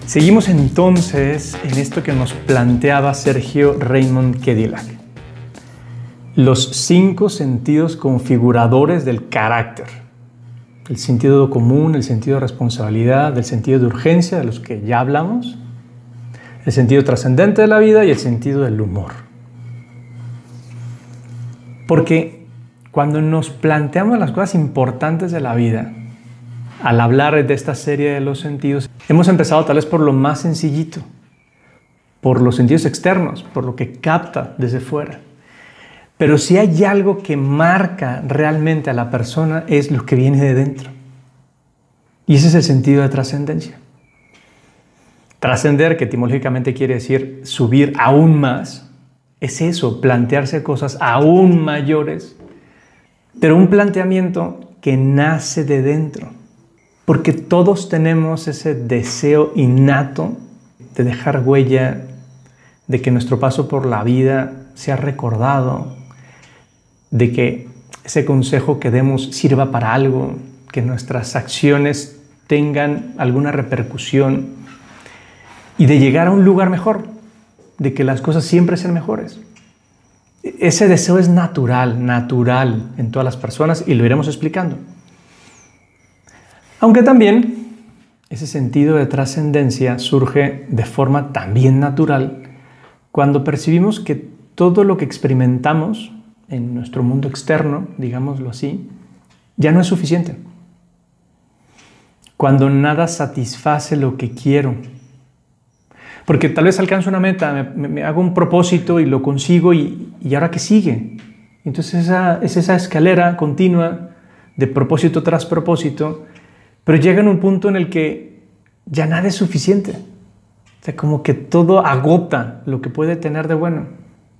Seguimos entonces en esto que nos planteaba Sergio Raymond Cadillac. Los 5 sentidos configuradores del carácter. El sentido común, el sentido de responsabilidad, el sentido de urgencia, de los que ya hablamos, el sentido trascendente de la vida y el sentido del humor. Porque cuando nos planteamos las cosas importantes de la vida, al hablar de esta serie de los sentidos, hemos empezado tal vez por lo más sencillito, por los sentidos externos, por lo que capta desde fuera. Pero si hay algo que marca realmente a la persona es lo que viene de dentro. Y ese es el sentido de trascendencia. Trascender, que etimológicamente quiere decir subir aún más, es eso, plantearse cosas aún mayores, pero un planteamiento que nace de dentro. Porque todos tenemos ese deseo innato de dejar huella, de que nuestro paso por la vida sea recordado, de que ese consejo que demos sirva para algo, que nuestras acciones tengan alguna repercusión y de llegar a un lugar mejor, de que las cosas siempre sean mejores. Ese deseo es natural en todas las personas y lo iremos explicando. Aunque también ese sentido de trascendencia surge de forma también natural cuando percibimos que todo lo que experimentamos en nuestro mundo externo, digámoslo así, ya no es suficiente. Cuando nada satisface lo que quiero. Porque tal vez alcanzo una meta, me hago un propósito y lo consigo y ¿ahora qué sigue? Entonces es esa escalera continua de propósito tras propósito, pero llega en un punto en el que ya nada es suficiente. O sea, como que todo agota lo que puede tener de bueno.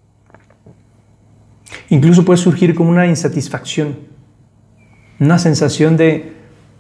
Incluso puede surgir como una insatisfacción, una sensación de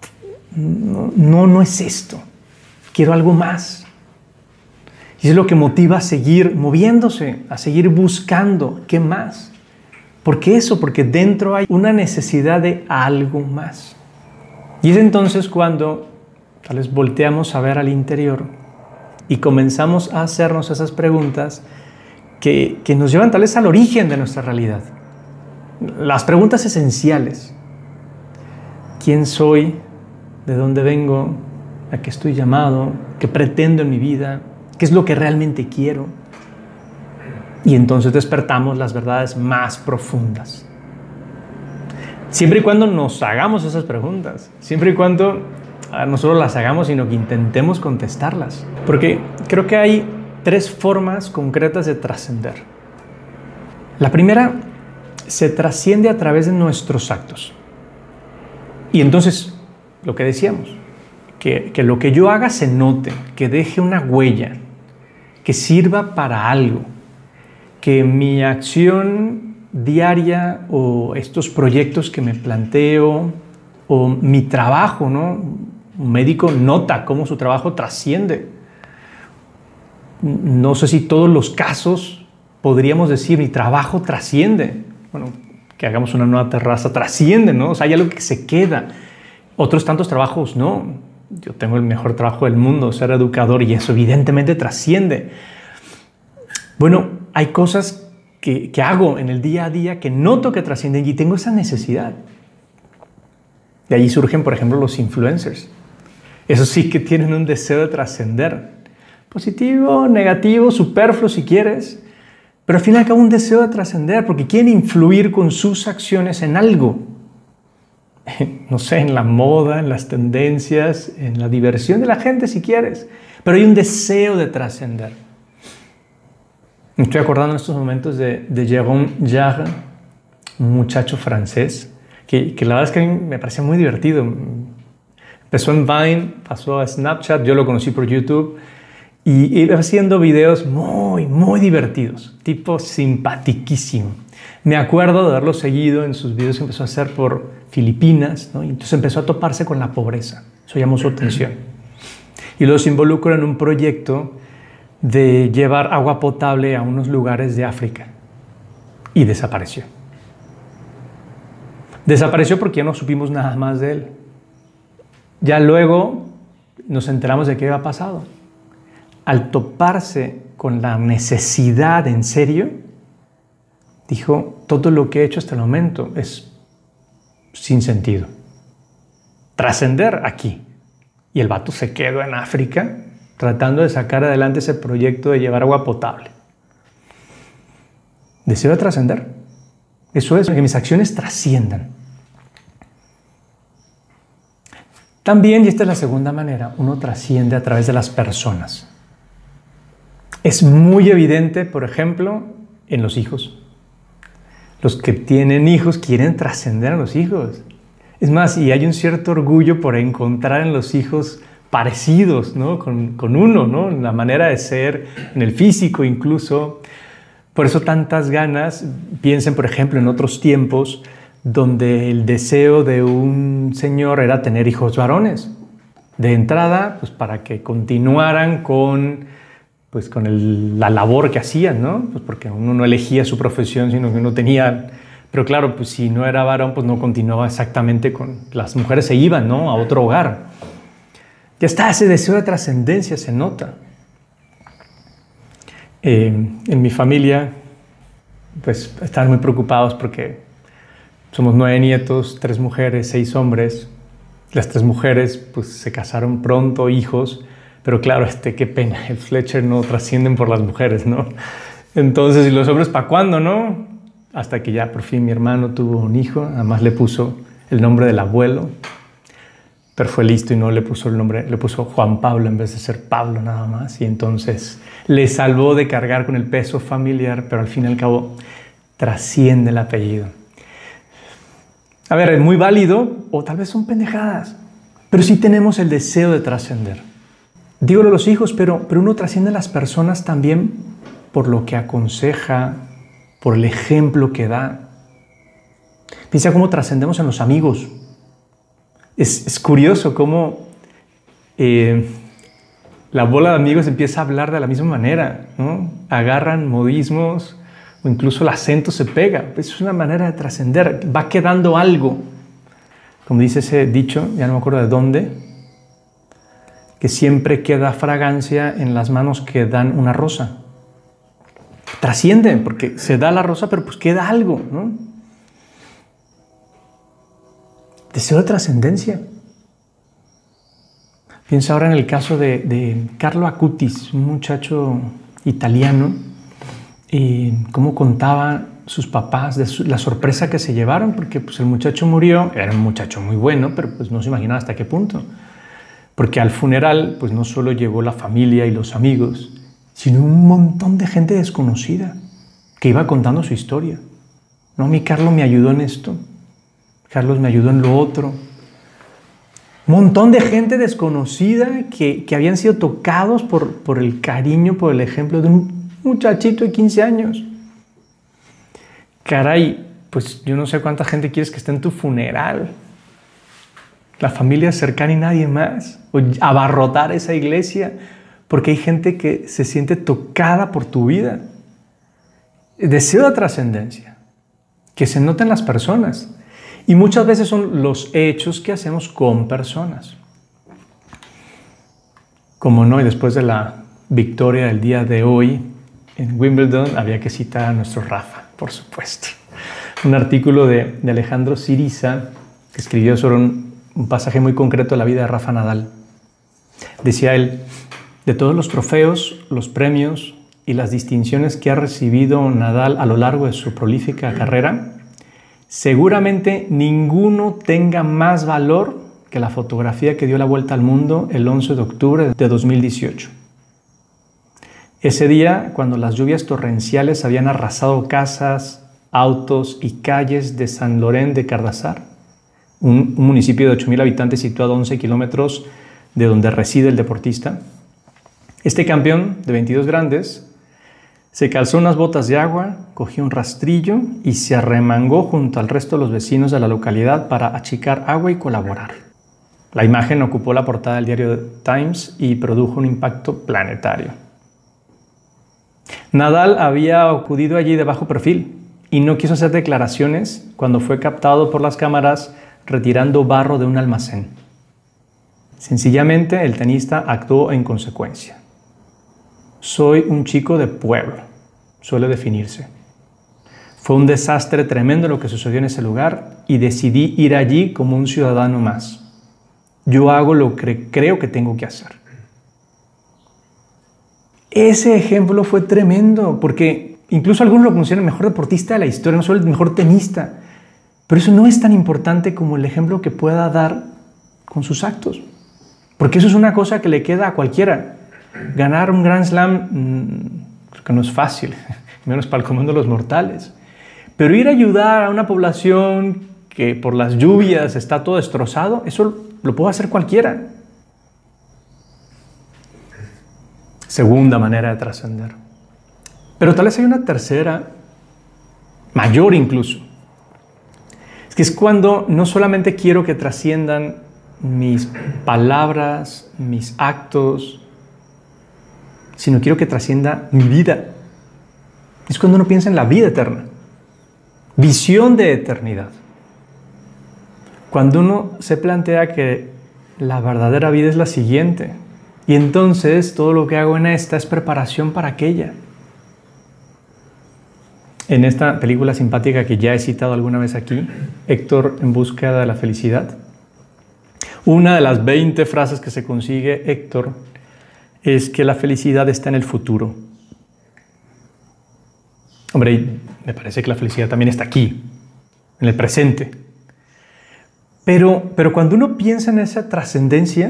no es esto, quiero algo más. Y es lo que motiva a seguir moviéndose, a seguir buscando qué más. ¿Por qué eso? Porque dentro hay una necesidad de algo más. Y es entonces cuando tal vez volteamos a ver al interior y comenzamos a hacernos esas preguntas que nos llevan tal vez al origen de nuestra realidad. Las preguntas esenciales. ¿Quién soy? ¿De dónde vengo? ¿A qué estoy llamado? ¿Qué pretendo en mi vida? ¿Qué es lo que realmente quiero? Y entonces despertamos las verdades más profundas. Siempre y cuando nos hagamos esas preguntas. Siempre y cuando no solo las hagamos, sino que intentemos contestarlas. Porque creo que hay 3 formas concretas de trascender. La primera, se trasciende a través de nuestros actos. Y entonces, lo que decíamos, que lo que yo haga se note, que deje una huella, que sirva para algo, que mi acción diaria o estos proyectos que me planteo o mi trabajo, ¿no? Un médico nota cómo su trabajo trasciende. No sé si todos los casos podríamos decir mi trabajo trasciende. Bueno, que hagamos una nueva terraza trasciende, ¿no? O sea, hay algo que se queda. Otros tantos trabajos no. Yo tengo el mejor trabajo del mundo, ser educador, y eso evidentemente trasciende. Bueno, hay cosas que hago en el día a día que noto que trascienden y tengo esa necesidad. De allí surgen, por ejemplo, los influencers. Esos sí que tienen un deseo de trascender. Positivo, negativo, superfluo si quieres, pero al fin y al cabo un deseo de trascender porque quieren influir con sus acciones en algo. No sé, en la moda, en las tendencias, en la diversión de la gente si quieres, pero hay un deseo de trascender. Me estoy acordando en estos momentos de Jérôme Jarre, un muchacho francés, que la verdad es que a mí me parecía muy divertido. Empezó en Vine, pasó a Snapchat, yo lo conocí por YouTube, y iba haciendo videos muy divertidos, tipo simpatiquísimo. Me acuerdo de haberlo seguido en sus videos que empezó a hacer por Filipinas, ¿no? Y entonces empezó a toparse con la pobreza. Eso llamó su atención. Y los involucró en un proyecto de llevar agua potable a unos lugares de África. Y desapareció. Desapareció porque ya no supimos nada más de él. Ya luego nos enteramos de qué había pasado. al toparse con la necesidad en serio, dijo, todo lo que he hecho hasta el momento es sin sentido. Trascender aquí. Y el vato se quedó en África tratando de sacar adelante ese proyecto de llevar agua potable. Deseo de trascender. Eso es, que mis acciones trasciendan. También, y esta es la segunda manera, uno trasciende a través de las personas. Es muy evidente, por ejemplo, en los hijos. Los que tienen hijos quieren trascender a los hijos. Es más, y hay un cierto orgullo por encontrar en los hijos parecidos, ¿no? con uno, ¿no? En la manera de ser, en el físico incluso. Por eso tantas ganas, piensen por ejemplo en otros tiempos donde el deseo de un señor era tener hijos varones. De entrada, pues para que continuaran con la labor que hacían, ¿no? Pues porque uno no elegía su profesión, sino que uno tenía... Pero claro, pues si no era varón, pues no continuaba exactamente con... Las mujeres se iban, ¿no? A otro hogar. Ya está, ese deseo de trascendencia se nota. En mi familia, pues estaban muy preocupados porque somos 9 nietos, 3 mujeres, 6 hombres. Las 3 mujeres, pues se casaron pronto, hijos. Pero claro, qué pena, el Fletcher no trascienden por las mujeres, ¿no? Entonces, ¿y los hombres para cuándo, no? Hasta que ya por fin mi hermano tuvo un hijo, además le puso el nombre del abuelo, pero fue listo y no le puso el nombre, le puso Juan Pablo en vez de ser Pablo nada más, y entonces le salvó de cargar con el peso familiar, pero al fin y al cabo trasciende el apellido. A ver, es muy válido, o tal vez son pendejadas, pero sí tenemos el deseo de trascender. Dígolo a los hijos, pero uno trasciende a las personas también por lo que aconseja, por el ejemplo que da. Piensa cómo trascendemos en los amigos. Es curioso cómo la bola de amigos empieza a hablar de la misma manera, ¿no? Agarran modismos o incluso el acento se pega. Es una manera de trascender. Va quedando algo. Como dice ese dicho, ya no me acuerdo de dónde, que siempre queda fragancia en las manos que dan una rosa. Trasciende, porque se da la rosa, pero pues queda algo, ¿no? Deseo de trascendencia. Piensa ahora en el caso de Carlo Acutis, un muchacho italiano, cómo contaba sus papás de la sorpresa que se llevaron, porque pues, el muchacho murió, era un muchacho muy bueno, pero pues no se imaginaba hasta qué punto. Porque al funeral pues no solo llegó la familia y los amigos, sino un montón de gente desconocida que iba contando su historia. No, mi Carlos me ayudó en esto, Carlos me ayudó en lo otro. Un montón de gente desconocida que habían sido tocados por el cariño, por el ejemplo de un muchachito de 15 años. Caray, pues yo no sé cuánta gente quieres que esté en tu funeral. La familia cercana y nadie más. O abarrotar esa iglesia porque hay gente que se siente tocada por tu vida. Deseo de trascendencia, que se nota en las personas. Y muchas veces son los hechos que hacemos con personas. Como no, y después de la victoria del día de hoy en Wimbledon, había que citar a nuestro Rafa, por supuesto. Un artículo de Alejandro Siriza que escribió sobre un pasaje muy concreto de la vida de Rafa Nadal. Decía él, de todos los trofeos, los premios y las distinciones que ha recibido Nadal a lo largo de su prolífica carrera, seguramente ninguno tenga más valor que la fotografía que dio la vuelta al mundo el 11 de octubre de 2018. Ese día, cuando las lluvias torrenciales habían arrasado casas, autos y calles de San Lorenzo de Cardazar, un municipio de 8,000 habitantes situado a 11 kilómetros de donde reside el deportista, este campeón de 22 grandes se calzó unas botas de agua, cogió un rastrillo y se arremangó junto al resto de los vecinos de la localidad para achicar agua y colaborar. La imagen ocupó la portada del diario Times y produjo un impacto planetario. Nadal había acudido allí de bajo perfil y no quiso hacer declaraciones cuando fue captado por las cámaras retirando barro de un almacén. Sencillamente, el tenista actuó en consecuencia. Soy un chico de pueblo, suele definirse. Fue un desastre tremendo lo que sucedió en ese lugar y decidí ir allí como un ciudadano más. Yo hago lo que creo que tengo que hacer. Ese ejemplo fue tremendo porque incluso algunos lo consideran el mejor deportista de la historia, no solo el mejor tenista. Pero eso no es tan importante como el ejemplo que pueda dar con sus actos. Porque eso es una cosa que le queda a cualquiera. Ganar un Grand Slam creo que no es fácil, menos para el común de los mortales. Pero ir a ayudar a una población que por las lluvias está todo destrozado, eso lo puede hacer cualquiera. Segunda manera de trascender. Pero tal vez hay una tercera, mayor incluso. Es que es cuando no solamente quiero que trasciendan mis palabras, mis actos, sino quiero que trascienda mi vida. Es cuando uno piensa en la vida eterna. Visión de eternidad. Cuando uno se plantea que la verdadera vida es la siguiente. Y entonces todo lo que hago en esta es preparación para aquella. En esta película simpática que ya he citado alguna vez aquí, Héctor en búsqueda de la felicidad, una de las 20 frases que se consigue Héctor es que la felicidad está en el futuro. Hombre, me parece que la felicidad también está aquí, en el presente. Pero cuando uno piensa en esa trascendencia,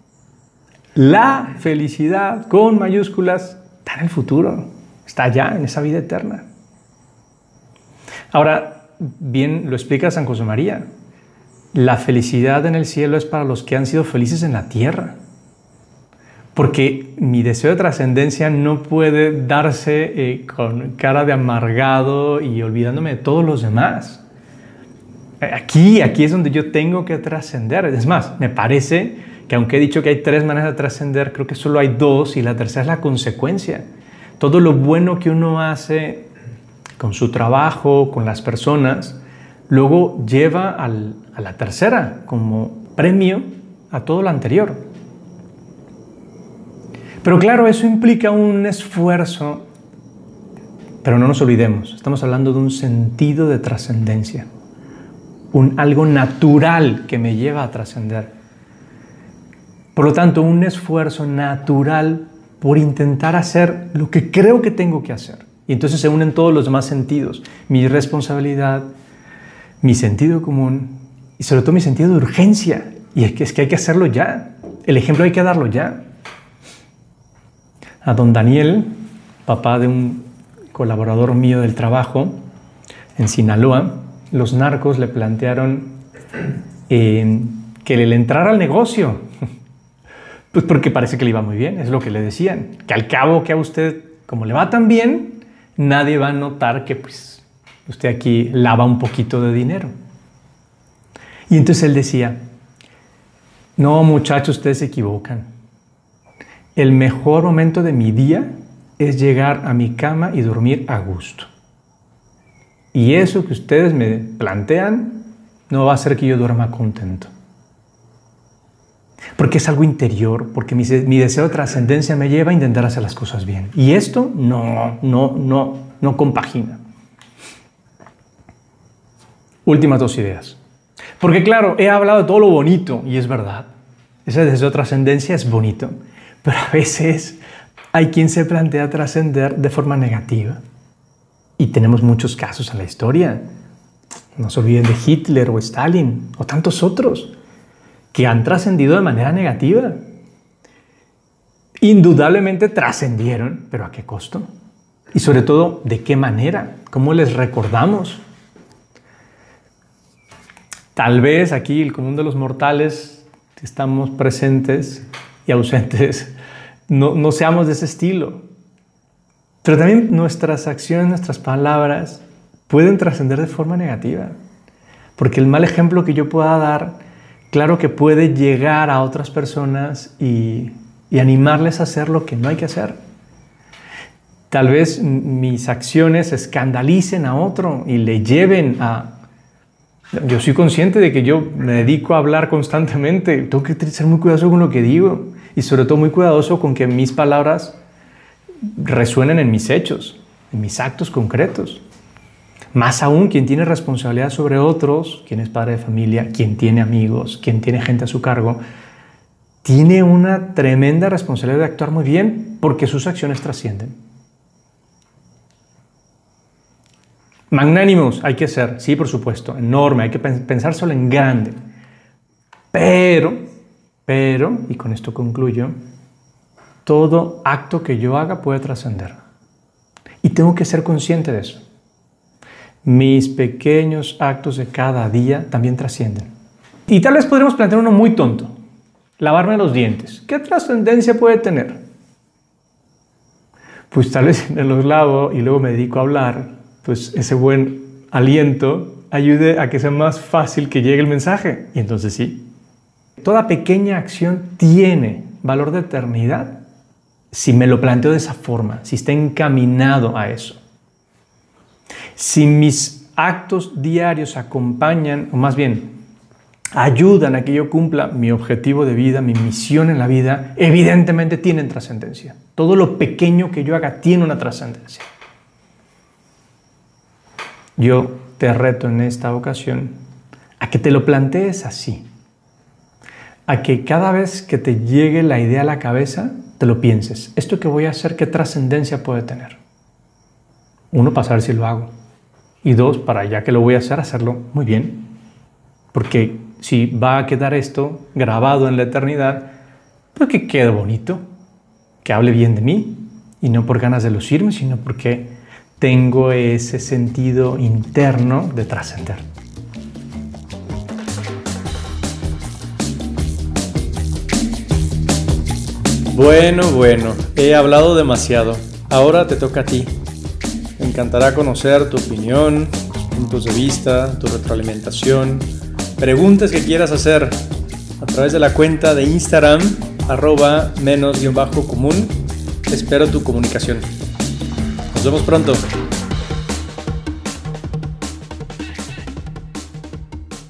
la felicidad con mayúsculas está en el futuro, está allá, en esa vida eterna. Ahora, bien lo explica San José María. La felicidad en el cielo es para los que han sido felices en la tierra. Porque mi deseo de trascendencia no puede darse con cara de amargado y olvidándome de todos los demás. Aquí es donde yo tengo que trascender. Es más, me parece que aunque he dicho que hay 3 maneras de trascender, creo que solo hay 2 y la tercera es la consecuencia. Todo lo bueno que uno hace con su trabajo, con las personas, luego lleva a la tercera como premio a todo lo anterior. Pero claro, eso implica un esfuerzo, pero no nos olvidemos, estamos hablando de un sentido de trascendencia, algo natural que me lleva a trascender. Por lo tanto, un esfuerzo natural por intentar hacer lo que creo que tengo que hacer. Y entonces se unen todos los demás sentidos, mi responsabilidad, mi sentido común y sobre todo mi sentido de urgencia. Y es que hay que hacerlo ya, el ejemplo hay que darlo ya. A don Daniel, papá de un colaborador mío del trabajo en Sinaloa, los narcos le plantearon que le entrara al negocio. Pues porque parece que le iba muy bien, es lo que le decían. Que al cabo que a usted, como le va tan bien, nadie va a notar que pues, usted aquí lava un poquito de dinero. Y entonces él decía, no muchachos, ustedes se equivocan. El mejor momento de mi día es llegar a mi cama y dormir a gusto. Y eso que ustedes me plantean no va a hacer que yo duerma contento. Porque es algo interior, porque mi deseo de trascendencia me lleva a intentar hacer las cosas bien. Y esto no compagina. Últimas 2 ideas. Porque claro, he hablado de todo lo bonito, y es verdad. Ese deseo de trascendencia es bonito. Pero a veces hay quien se plantea trascender de forma negativa. Y tenemos muchos casos en la historia. No se olviden de Hitler o Stalin o tantos otros que han trascendido de manera negativa. Indudablemente trascendieron, pero ¿a qué costo? Y sobre todo, ¿de qué manera? ¿Cómo les recordamos? Tal vez aquí, el común de los mortales, estamos presentes y ausentes, no seamos de ese estilo. Pero también nuestras acciones, nuestras palabras pueden trascender de forma negativa. Porque el mal ejemplo que yo pueda dar, claro que puede llegar a otras personas y animarles a hacer lo que no hay que hacer. Tal vez mis acciones escandalicen a otro y le lleven a... Yo soy consciente de que yo me dedico a hablar constantemente. Tengo que ser muy cuidadoso con lo que digo y sobre todo muy cuidadoso con que mis palabras resuenen en mis hechos, en mis actos concretos. Más aún, quien tiene responsabilidad sobre otros, quien es padre de familia, quien tiene amigos, quien tiene gente a su cargo, tiene una tremenda responsabilidad de actuar muy bien porque sus acciones trascienden. Magnánimos hay que ser, sí, por supuesto, enorme, hay que pensar solo en grande. Pero, y con esto concluyo, todo acto que yo haga puede trascender. Y tengo que ser consciente de eso. Mis pequeños actos de cada día también trascienden. Y tal vez podríamos plantear uno muy tonto. Lavarme los dientes. ¿Qué trascendencia puede tener? Pues tal vez me los lavo y luego me dedico a hablar, pues ese buen aliento ayude a que sea más fácil que llegue el mensaje. Y entonces sí. Toda pequeña acción tiene valor de eternidad si me lo planteo de esa forma, si está encaminado a eso. Si mis actos diarios acompañan, o más bien, ayudan a que yo cumpla mi objetivo de vida, mi misión en la vida, evidentemente tienen trascendencia. Todo lo pequeño que yo haga tiene una trascendencia. Yo te reto en esta ocasión a que te lo plantees así. A que cada vez que te llegue la idea a la cabeza, te lo pienses. ¿Esto que voy a hacer, qué trascendencia puede tener? 1, para saber si lo hago. Y 2, para ya que lo voy a hacer, hacerlo muy bien. Porque si va a quedar esto grabado en la eternidad, pues que quede bonito, que hable bien de mí, y no por ganas de lucirme, sino porque tengo ese sentido interno de trascender. Bueno, he hablado demasiado. Ahora te toca a ti. Me encantará conocer tu opinión, tus puntos de vista, tu retroalimentación, preguntas que quieras hacer a través de la cuenta de Instagram @menos_común. Espero tu comunicación. Nos vemos pronto.